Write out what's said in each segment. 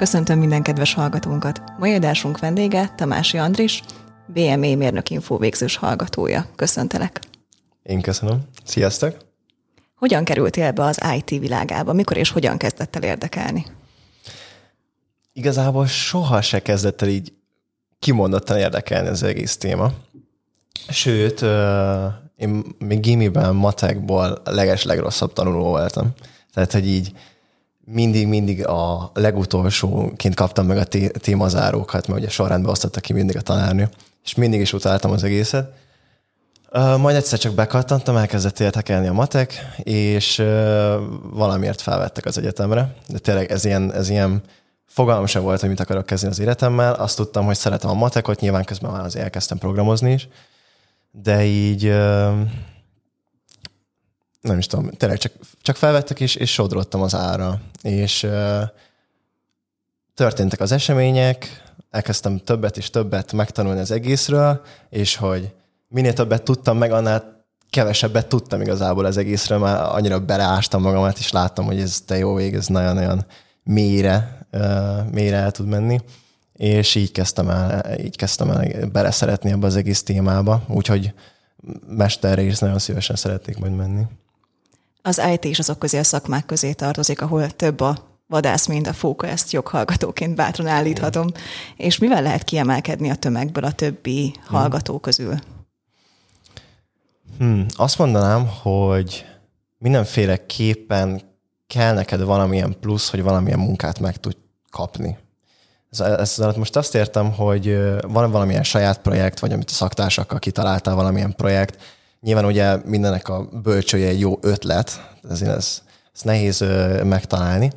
Köszöntöm minden kedves hallgatónkat. Mai adásunk vendége Tamási Andris, BME mérnökinfó végzős hallgatója. Köszöntelek. Én köszönöm. Sziasztok! Hogyan kerültél be az IT világába? Mikor és hogyan kezdett el érdekelni? Igazából soha se kezdett el így kimondottan érdekelni az egész téma. Sőt, én még gimiben, matekból a legrosszabb tanuló voltam. Tehát, hogy így mindig a legutolsóként kaptam meg a témazárókat, mert ugye sorrendben osztotta ki mindig a tanárnő, és mindig is utáltam az egészet. Majd egyszer csak bekattantam, elkezdett érdekelni a matek, és valamiért felvettek az egyetemre. De tényleg ez ilyen fogalmam sem volt, hogy mit akarok kezdeni az életemmel. Azt tudtam, hogy szeretem a matekot, nyilván közben már azért elkezdtem programozni is, de így nem is tudom, tényleg csak felvettek és sodródtam az ára. És történtek az események, elkezdtem többet és többet megtanulni az egészről, és hogy minél többet tudtam meg, annál kevesebbet tudtam igazából az egészről, már annyira beleástam magamat, és láttam, hogy ez te jó vég, ez nagyon-nagyon mélyre el tud menni. És így kezdtem el beleszeretni ebbe az egész témába, úgyhogy mesterre is nagyon szívesen szeretnék majd menni. Az IT is azok közé a szakmák közé tartozik, ahol több a vadász, mint a fóka, ezt joghallgatóként bátran állíthatom. És mivel lehet kiemelkedni a tömegből a többi hallgató közül? Azt mondanám, hogy mindenféleképpen kell neked valamilyen plusz, hogy valamilyen munkát meg tudj kapni. Ezzel most azt értem, hogy van valamilyen saját projekt, vagy amit a szaktársakkal kitaláltál valamilyen projekt. Nyilván ugye mindennek a bölcsője egy jó ötlet, ezért ez nehéz megtalálni.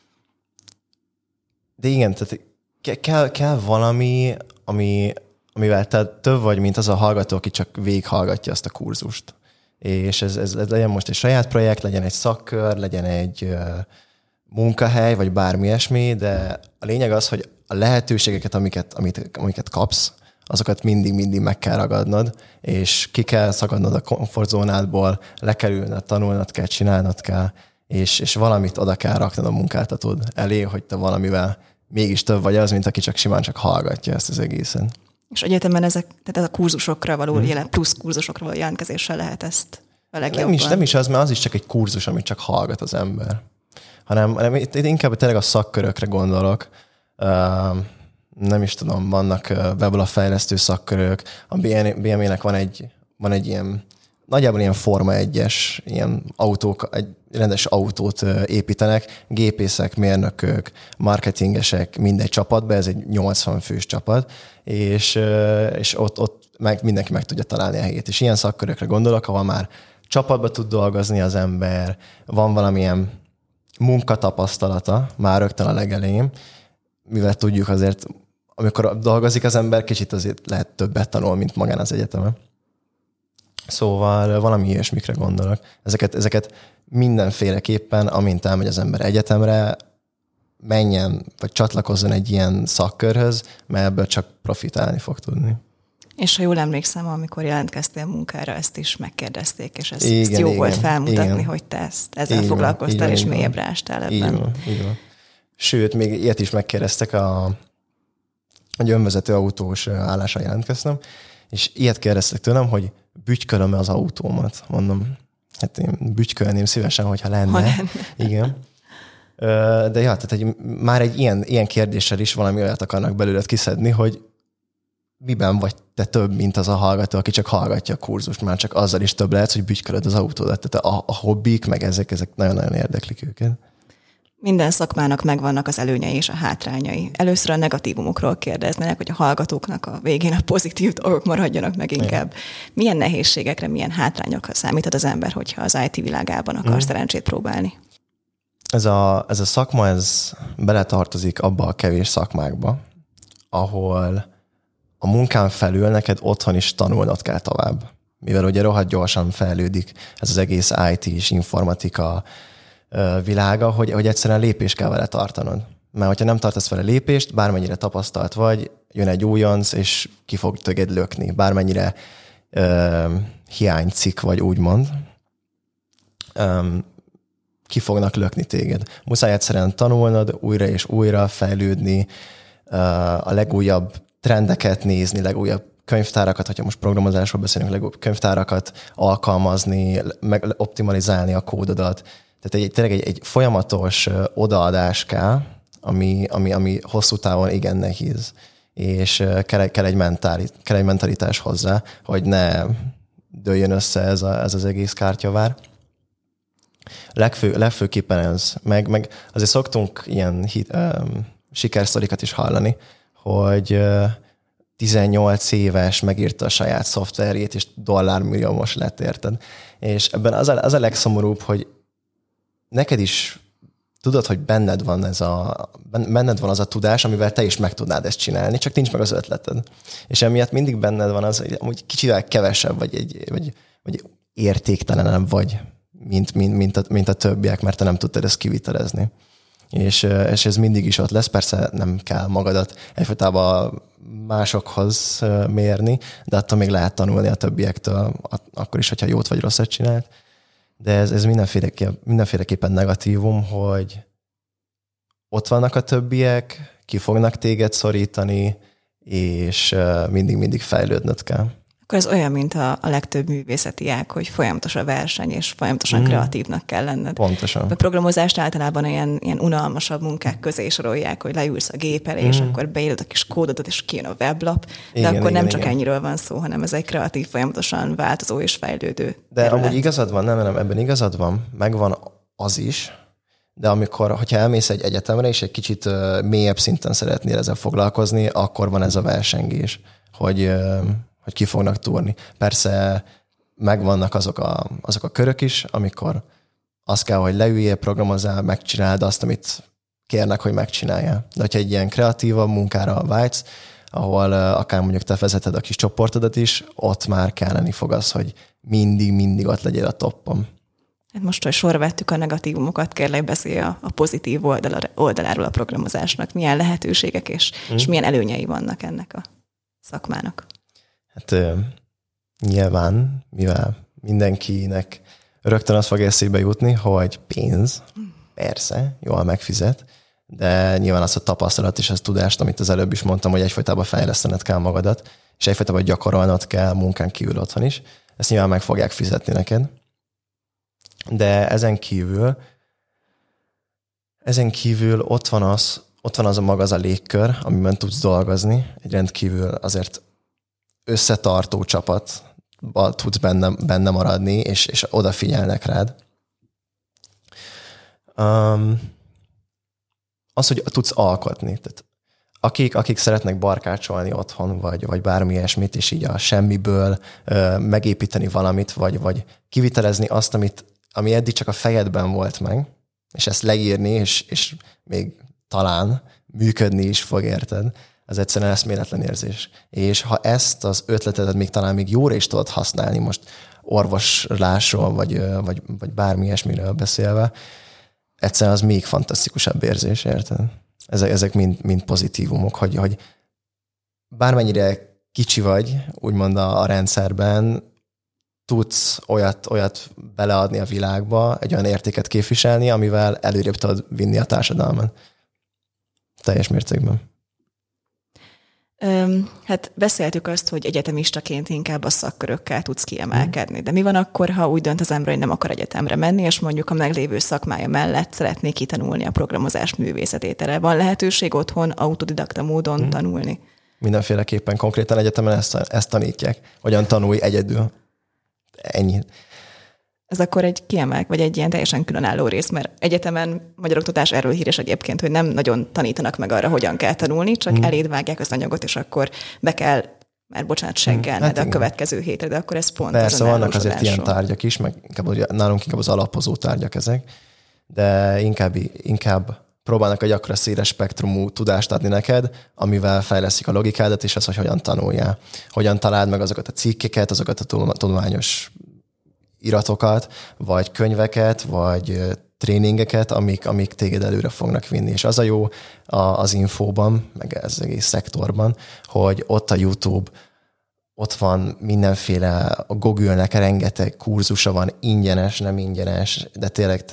De igen, tehát kell valami, amivel te több vagy, mint az a hallgató, aki csak végighallgatja azt a kurzust. És ez legyen most egy saját projekt, legyen egy szakkör, legyen egy munkahely, vagy bármi ilyesmi, de a lényeg az, hogy a lehetőségeket, amiket kapsz, azokat mindig meg kell ragadnod, és ki kell szakadnod a komfortzónádból, le kell ülnöd, tanulnod kell, csinálnod kell, és valamit oda kell raknod a munkáltatód elé, hogy te valamivel mégis több vagy az, mint aki csak hallgatja ezt az egészen. És egyetemen tehát a kurzusokra való, plusz kurzusokra való jelentkezéssel lehet ezt a legjobban. Nem is az, mert az is csak egy kurzus, amit csak hallgat az ember. Hanem itt inkább tényleg a szakkörökre gondolok. Nem is tudom, vannak weblapfejlesztő szakkörök. A BME-nek van egy ilyen, nagyjából ilyen Forma 1-es, ilyen autók, egy rendes autót építenek, gépészek, mérnökök, marketingesek, mindegy csapatba, ez egy 80 fős csapat, és ott mindenki meg tudja találni a helyét. És ilyen szakkörökre gondolok, ahol már csapatba tud dolgozni az ember, van valamilyen munkatapasztalata már rögtön a legelején, mivel tudjuk azért, amikor dolgozik az ember, kicsit azért lehet többet tanul, mint magán az egyetemen. Szóval valami ilyesmikre gondolok. Ezeket mindenféleképpen, amint elmegy az ember egyetemre, menjen, vagy csatlakozzon egy ilyen szakkörhöz, mert ebből csak profitálni fog tudni. És ha jól emlékszem, amikor jelentkeztél munkára, ezt is megkérdezték, és ezt jó volt felmutatni, hogy te ezzel foglalkoztál, és mélyebbre ástál ebben. Így van. Sőt, még ilyet is megkérdeztek, egy önvezető autós állásra jelentkeztem, és ilyet kérdeztek tőlem, hogy bütykölöm-e az autómat. Mondom, hát én bütykölném szívesen, hogyha lenne. Igen. De ja, tehát már egy ilyen kérdéssel is valami olyat akarnak belőled kiszedni, hogy miben vagy te több, mint az a hallgató, aki csak hallgatja a kurzust, már csak azzal is több lehetsz, hogy bütykölöd az autódat. Tehát a hobbik, meg ezek nagyon-nagyon érdeklik őket. Minden szakmának megvannak az előnyei és a hátrányai. Először a negatívumokról kérdeznek, hogy a hallgatóknak a végén a pozitív dolgok maradjanak meg inkább. Milyen nehézségekre, milyen hátrányokra számíthat az ember, hogyha az IT világában akar szerencsét próbálni? Ez a szakma, ez beletartozik abba a kevés szakmákba, ahol a munkán felül neked otthon is tanulnod kell tovább. Mivel ugye rohadt gyorsan fejlődik ez az egész IT és informatika világa, hogy egyszerűen lépést kell vele tartanod. Mert hogyha nem tartasz vele lépést, bármennyire tapasztalt vagy, jön egy újonc, és ki fog téged lökni. Bármennyire hiánycik vagy, úgymond. ki fognak lökni téged. Muszáj egyszerűen tanulnod, újra és újra fejlődni, a legújabb trendeket nézni, legújabb könyvtárakat, hogyha most programozásról beszélünk, legújabb könyvtárakat alkalmazni, meg optimalizálni a kódodat. Tehát tényleg egy folyamatos odaadás kell, ami hosszú távon igen nehéz. És kell egy mentalitás hozzá, hogy ne dőljön össze ez az egész kártyavár. Legfőképpen ez. Meg azért szoktunk ilyen sikersztorikat is hallani, hogy 18 éves megírta a saját szoftverjét, és dollármilliómos lett, érted? És ebben az a legszomorúbb, hogy neked is tudod, hogy benned van az a tudás, amivel te is meg tudnád ezt csinálni, csak nincs meg az ötleted. És emiatt mindig benned van az, hogy amúgy kicsivel kevesebb, vagy értéktelenebb vagy, mint a többiek, mert te nem tudtad ezt kivitelezni. És ez mindig is ott lesz, persze nem kell magadat egyfajtában másokhoz mérni, de attól még lehet tanulni a többiektől, akkor is, hogyha jót vagy rosszat csinált. De ez mindenféleképpen negatívum, hogy ott vannak a többiek, ki fognak téged szorítani, és mindig fejlődnöd kell. Akkor ez olyan, mint a legtöbb művészeti ág, hogy folyamatos a verseny, és folyamatosan kreatívnak kell lenned. Pontosan. A programozást általában ilyen unalmasabb munkák közé sorolják, hogy leülsz a gép elé, és akkor beírod a kis kódodat, és kijön a weblap, de akkor nem csak ennyiről van szó, hanem ez egy kreatív, folyamatosan változó és fejlődő De terület. Amúgy igazad van, nem, ebben igazad van, megvan az is, de hogyha elmész egy egyetemre, és egy kicsit mélyebb szinten szeretnél ezzel foglalkozni, akkor van ez a versengés, hogy ki fognak túrni. Persze megvannak azok a körök is, amikor az kell, hogy leüljél, programozzál, megcsináld azt, amit kérnek, hogy megcsináljál. De hogyha egy ilyen kreatívabb munkára vágysz, ahol akár mondjuk te vezeted a kis csoportodat is, ott már kelleni fog az, hogy mindig ott legyél a toppon. Hát most, hogy sorra vettük a negatívumokat, kérlek beszélj a pozitív oldaláról a programozásnak. Milyen lehetőségek és milyen előnyei vannak ennek a szakmának? Hát nyilván, mivel mindenkinek rögtön az fog eszébe jutni, hogy pénz, persze, jól megfizet, de nyilván az a tapasztalat és az tudást, amit az előbb is mondtam, hogy egyfajtában fejlesztened kell magadat, és egyfajtában gyakorolnod kell munkán kívül otthon is. Ezt nyilván meg fogják fizetni neked. De ezen kívül ott van az a maga az a légkör, amiben tudsz dolgozni. Egy rendkívül azért összetartó csapatban tudsz benne maradni, és odafigyelnek rád. Az, hogy tudsz alkotni. Tehát akik szeretnek barkácsolni otthon, vagy bármi ilyesmit, és így a semmiből megépíteni valamit, vagy kivitelezni azt, ami eddig csak a fejedben volt meg, és ezt leírni, és még talán működni is fog, érted? Ez egyszerűen eszméletlen érzés. És ha ezt az ötletedet talán még jóra is tudod használni, most orvoslásról, vagy bármi ilyesmiről beszélve, egyszerűen az még fantasztikusabb érzés, érted? Ezek mind pozitívumok, hogy bármennyire kicsi vagy, úgymond a rendszerben, tudsz olyat beleadni a világba, egy olyan értéket képviselni, amivel előrébb tudod vinni a társadalmat. Teljes mértékben. Hát beszéltük azt, hogy egyetemistaként inkább a szakkörökkel tudsz kiemelkedni. De mi van akkor, ha úgy dönt az ember, hogy nem akar egyetemre menni, és mondjuk a meglévő szakmája mellett szeretné kitanulni a programozás művészetét? Erre van lehetőség otthon autodidakta módon tanulni? Mindenféleképpen konkrétan egyetemen ezt tanítják. Hogyan tanulj egyedül. Ennyi. Ez akkor egy vagy egy ilyen teljesen különálló rész, mert egyetemen magyar oktatás erről híres egyébként, hogy nem nagyon tanítanak meg arra, hogyan kell tanulni, csak eléd vágják az anyagot, és akkor be kell, már bocsánat, seggelned a következő hétre, de akkor ez pont persze, vannak azért ilyen tárgyak is, meg nálunk inkább az alapozó tárgyak ezek, de inkább próbálnak egy akkora széles spektrumú tudást adni neked, amivel fejleszik a logikádat, és az, hogy hogyan tanuljál. Hogyan találd meg azokat a cikkeket, azokat a tudományos iratokat, vagy könyveket, vagy tréningeket, amik téged előre fognak vinni. És az a jó az infóban, meg az egész szektorban, hogy ott a YouTube, ott van mindenféle, a Google-nek rengeteg kurzusa van, ingyenes, nem ingyenes, de tényleg tehát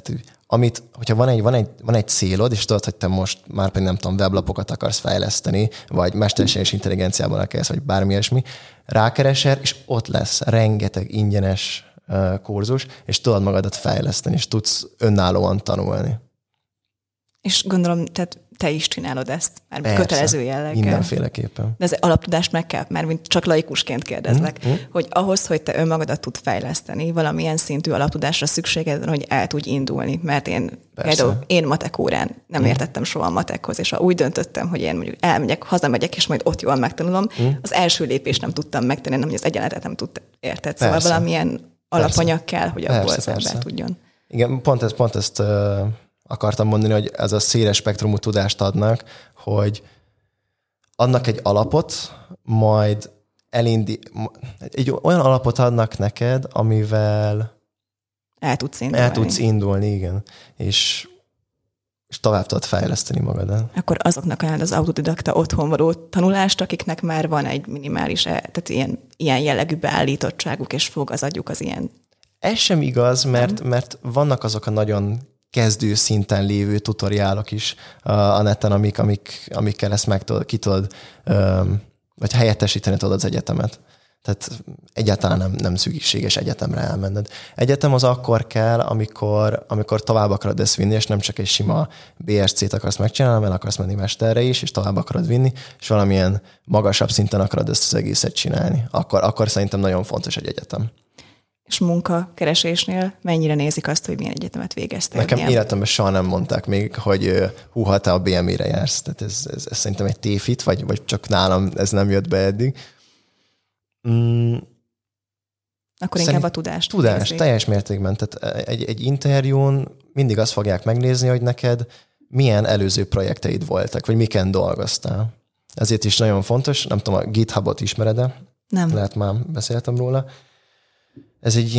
hogyha van egy célod, és tudod, hogy te most már pedig nem tudom, weblapokat akarsz fejleszteni, vagy mesterséges intelligenciában akarsz, vagy bármi ilyesmi, rákeresel, és ott lesz rengeteg ingyenes kurzus, és tudod magadat fejleszteni, és tudsz önállóan tanulni. És gondolom, tehát te is csinálod ezt, már kötelező jelleggel. Mindenféleképpen. De az alaptudást meg kell, már mint csak laikusként kérdezlek, hogy ahhoz, hogy te önmagadat tud fejleszteni, valamilyen szintű alaptudásra szükséged van, hogy el tudj indulni. Mert én matek órán nem értettem soha a matekhoz, és ha úgy döntöttem, hogy én mondjuk elmegyek, hazamegyek, és majd ott jól megtanulom, az első lépést nem tudtam megtenni, nem, hogy az egyenletet nem tudtam, érted? Szóval valamilyen alapanyag kell, hogy abból az ember tudjon. Igen, pont ezt akartam mondani, hogy ez a széles spektrumú tudást adnak, hogy adnak egy alapot, majd egy olyan alapot adnak neked, amivel el tudsz indulni, igen. És tovább tudod fejleszteni magadat. Akkor azoknak ajánlod az autodidakta otthon való tanulást, akiknek már van egy minimális, tehát ilyen jellegű beállítottságuk, és fog az agyuk az ilyen. Ez sem igaz, mert vannak azok a nagyon kezdő szinten lévő tutoriálok is a neten, amikkel ezt ki tudod, vagy helyettesíteni tudod az egyetemet. Tehát egyáltalán nem szükséges egyetemre elmenned. Egyetem az akkor kell, amikor tovább akarod ezt vinni, és nem csak egy sima BSC-t akarsz megcsinálni, mert akarsz menni mesterre is, és tovább akarod vinni, és valamilyen magasabb szinten akarod ezt az egészet csinálni. Akkor szerintem nagyon fontos egy egyetem. És munkakeresésnél mennyire nézik azt, hogy milyen egyetemet végeztél? Nekem életemben soha nem mondták még, hogy húha, te a BMI-re jársz. Tehát ez szerintem egy tévhit, vagy csak nálam ez nem jött be eddig. Akkor inkább a tudást. Tudás, teljes mértékben. Tehát egy interjún mindig azt fogják megnézni, hogy neked milyen előző projekteid voltak, vagy miken dolgoztál. Ezért is nagyon fontos, nem tudom, a GitHubot ismered-e? Nem. Lehet már beszéltem róla. Ez egy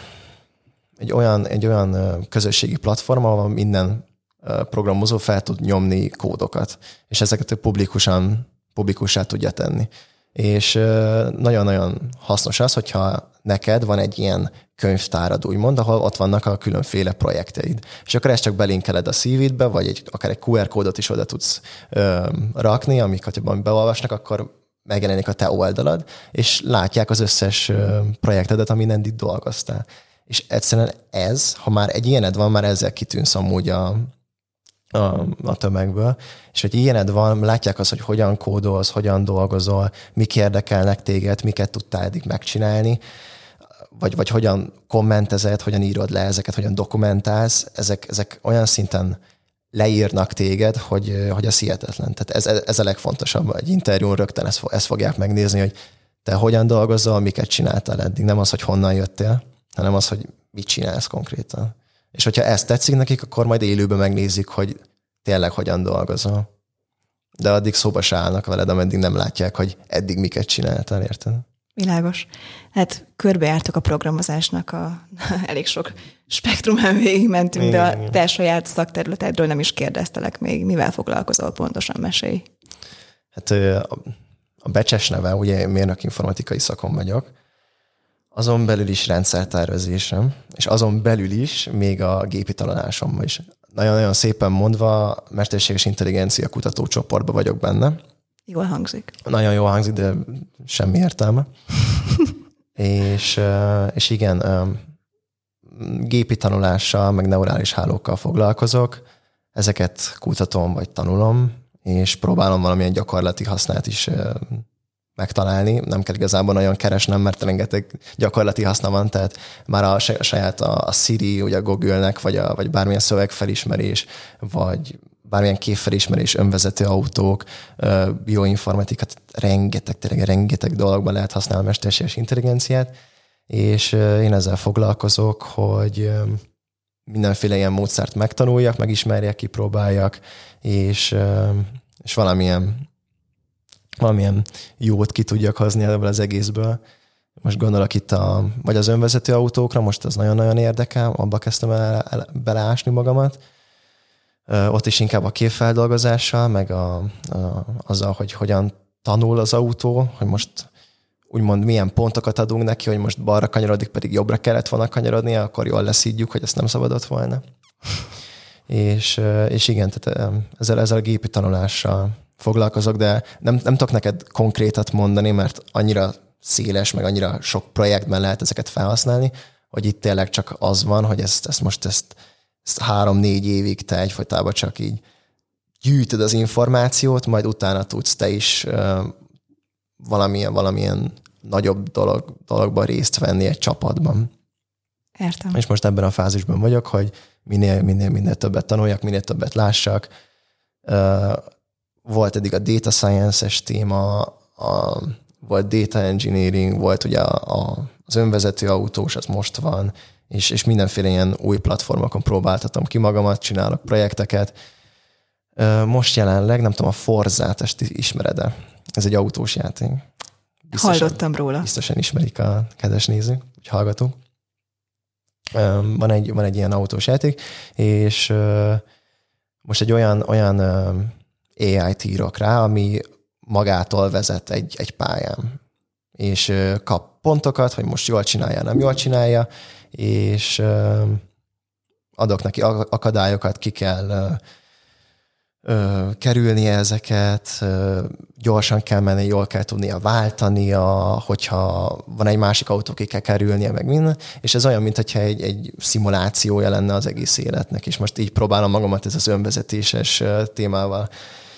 olyan közösségi platform, ahol minden programozó fel tud nyomni kódokat, és ezeket publikussá tudja tenni. És nagyon-nagyon hasznos az, hogyha neked van egy ilyen könyvtárad, úgymond, ahol ott vannak a különféle projekteid. És akkor ezt csak belinkeled a CV-dbe, vagy akár egy QR kódot is oda tudsz rakni, amiket beolvasnak, akkor megjelenik a te oldalad, és látják az összes projektedet, amin eddig dolgoztál. És egyszerűen ha már egy ilyened van, már ezzel kitűnsz amúgy a tömegből, és hogy ilyened van, látják azt, hogy hogyan kódolsz, hogyan dolgozol, mik érdekelnek téged, miket tudtál eddig megcsinálni, vagy hogyan kommentezed, hogyan írod le ezeket, hogyan dokumentálsz, ezek olyan szinten leírnak téged, hogy az hihetetlen. Tehát ez a legfontosabb. Egy interjún rögtön ezt fogják megnézni, hogy te hogyan dolgozol, miket csináltál eddig. Nem az, hogy honnan jöttél, hanem az, hogy mit csinálsz konkrétan. És hogyha ezt tetszik nekik, akkor majd élőben megnézik, hogy tényleg hogyan dolgozol. De addig szóba se állnak veled, ameddig nem látják, hogy eddig miket csináltál, érted? Világos. Hát körbejártuk a programozásnak elég sok spektrumán végigmentünk, de a te saját szakterületedről nem is kérdeztelek még. Mivel foglalkozol pontosan, mesélj? Hát a becses neve, ugye mérnök informatikai szakon vagyok, azon belül is rendszertervezésem, és azon belül is még a gépi tanulásomban is. Nagyon-nagyon szépen mondva, mesterséges intelligencia kutatócsoportban vagyok benne. Jól hangzik. Nagyon jól hangzik, de semmi értelme. és igen, gépi tanulással, meg neurális hálókkal foglalkozok. Ezeket kutatom, vagy tanulom, és próbálom valamilyen gyakorlati hasznát is megtalálni. Nem kell igazából nagyon keresnem, mert rengeteg gyakorlati haszna van, tehát már a saját a Siri, ugye a Google-nek, vagy bármilyen szövegfelismerés, vagy bármilyen képfelismerés, önvezető autók, bioinformatika, rengeteg dologban lehet használni a mesterséges intelligenciát, és én ezzel foglalkozok, hogy mindenféle ilyen módszert megtanuljak, megismerjek, kipróbáljak, és valamilyen jót ki tudjak hozni ebből az egészből. Most gondolok itt vagy az önvezető autókra, most az nagyon-nagyon érdekel, abba kezdtem el beleásni magamat. Ott is inkább a képfeldolgozással, meg azzal, hogy hogyan tanul az autó, hogy most úgymond milyen pontokat adunk neki, hogy most balra kanyarodik, pedig jobbra kellett volna kanyarodnia, akkor jól leszídjuk, hogy ezt nem szabadott volna. És igen, tehát ezzel a gépi tanulással foglalkozok, de nem tudok neked konkrétat mondani, mert annyira széles, meg annyira sok projektben lehet ezeket felhasználni, hogy itt tényleg csak az van, hogy ezt 3-4 évig te egyfolytában csak így gyűjtöd az információt, majd utána tudsz te is valamilyen nagyobb dologban részt venni egy csapatban. Értem. És most ebben a fázisban vagyok, hogy minél többet tanuljak, minél többet lássak. Volt eddig a data science-es téma, volt data engineering, volt ugye az önvezető autós, az most van, és mindenféle ilyen új platformokon próbáltatom ki magamat, csinálok projekteket. Most jelenleg, nem tudom, a Forzát, ezt ismered-e? Ez egy autós játék. Hallottam róla. Biztosan ismerik a kedves nézők, vagy hallgatók. Van egy ilyen autós játék, és most egy olyan AI-t írok rá, ami magától vezet egy pályán. És kap pontokat, hogy most jól csinálja, nem jól csinálja, és adok neki akadályokat, ki kell kerülnie ezeket, gyorsan kell menni, jól kell tudnia váltania, hogyha van egy másik autó, ki kell kerülnie, meg minden, és ez olyan, mintha egy szimulációja lenne az egész életnek, és most így próbálom magamat ez az önvezetéses témával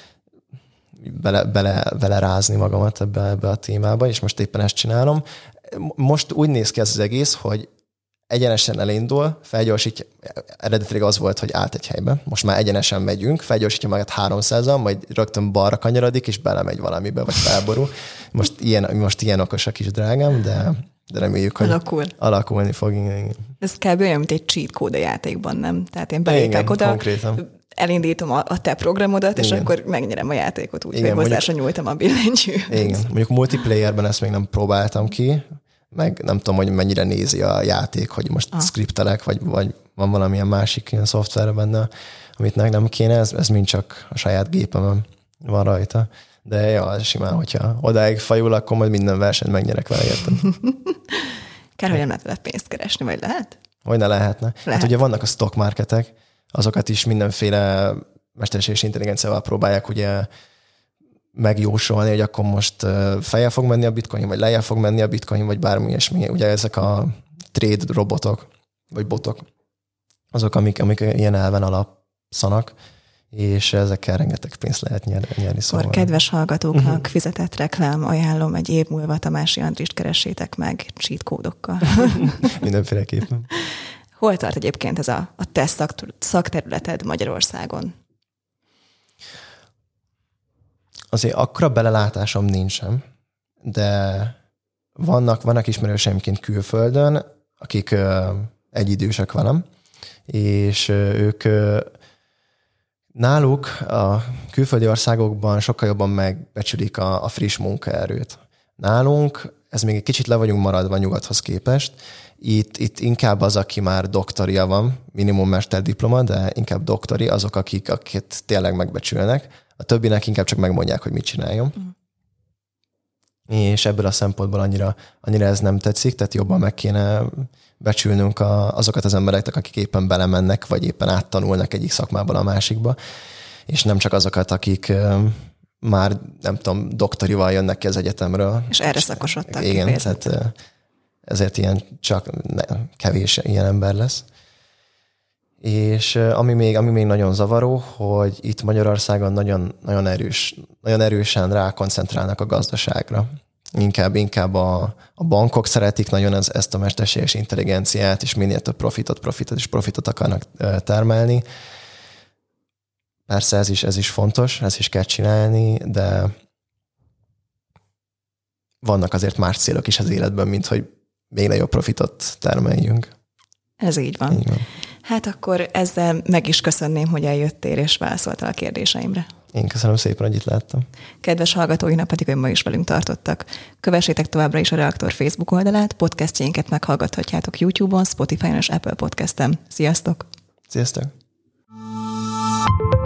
belerázni magamat ebbe a témába, és most éppen ezt csinálom. Most úgy néz ki ez az egész, hogy egyenesen elindul, felgyorsítja, eredetileg az volt, hogy állt egy helybe, most már egyenesen megyünk, felgyorsítja magát 300-an, majd rögtön balra kanyarodik, és belemegy valamibe, vagy felborul. Most ilyen okos a kis drágám, de reméljük, hogy alakulni fog. Igen. Ez kb. Olyan, mint egy cheat code a játékban, nem? Tehát én belépek oda, konkrétan. Elindítom a te programodat, és akkor megnyerem a játékot úgy, hogy hozzásra nyújtam a billentyűt. Igen, mondjuk multiplayerben ezt még nem próbáltam ki, meg nem tudom, hogy mennyire nézi a játék, hogy most skriptelek, vagy van valamilyen másik ilyen szoftver benne, amit nem kéne, ez mind csak a saját gépemen van rajta. De ja, simán, hogyha odáig fajul, akkor majd minden versenyt megnyerek vele, értem. Kár, hogy nem lehet vele pénzt keresni, vagy lehet? Hogy ne lehetne. Hát ugye vannak a stock marketek, azokat is mindenféle mesterséges intelligenciával próbálják ugye megjósolni, hogy akkor most feljel fog menni a bitcoin, vagy lejjel fog menni a bitcoin, vagy bármi ilyesmi. Ugye ezek a trade robotok, vagy botok, azok, amik ilyen elven alapszanak, és ezekkel rengeteg pénzt lehet nyerni. Szóval. Akkor kedves hallgatóknak fizetett reklám, ajánlom, egy év múlva Tamási Andrist keressétek meg cheat kódokkal. Mindenféleképpen. Hol tart egyébként ez a te szakterületed Magyarországon? Azért akkora belelátásom nincsen, de vannak ismerőseimként külföldön, akik egyidősek velem, és ők náluk a külföldi országokban sokkal jobban megbecsülik a friss munkaerőt. Nálunk ez még egy kicsit le vagyunk maradva nyugathoz képest. Itt inkább az, aki már doktoria van, minimum mesterdiploma, de inkább doktori, azok, akiket tényleg megbecsülnek. A többinek inkább csak megmondják, hogy mit csináljon. És ebből a szempontból annyira ez nem tetszik, tehát jobban meg kéne becsülnünk azokat az embereket, akik éppen belemennek, vagy éppen áttanulnak egyik szakmából a másikba, és nem csak azokat, akik már, nem tudom, doktorival jönnek ki az egyetemről. És erre szakosodtak. Igen, tehát ezért csak kevés ilyen ember lesz. És ami még nagyon zavaró, hogy itt Magyarországon nagyon erősen rákoncentrálnak a gazdaságra. Inkább a bankok szeretik nagyon ezt a mesterséges intelligenciát, és minél több profitot akarnak termelni. Persze ez is fontos, ezt is kell csinálni, de vannak azért más célok is az életben, mint hogy még nagyobb profitot termeljünk. Ez így van. Így van. Hát akkor ezzel meg is köszönném, hogy eljöttél és válaszoltál a kérdéseimre. Én köszönöm szépen, hogy itt láttam. Kedves hallgatóinak pedig, hogy ma is velünk tartottak. Kövessétek továbbra is a Reaktor Facebook oldalát, podcastjainket meghallgathatjátok YouTube-on, Spotify-on és Apple Podcast-en. Sziasztok! Sziasztok!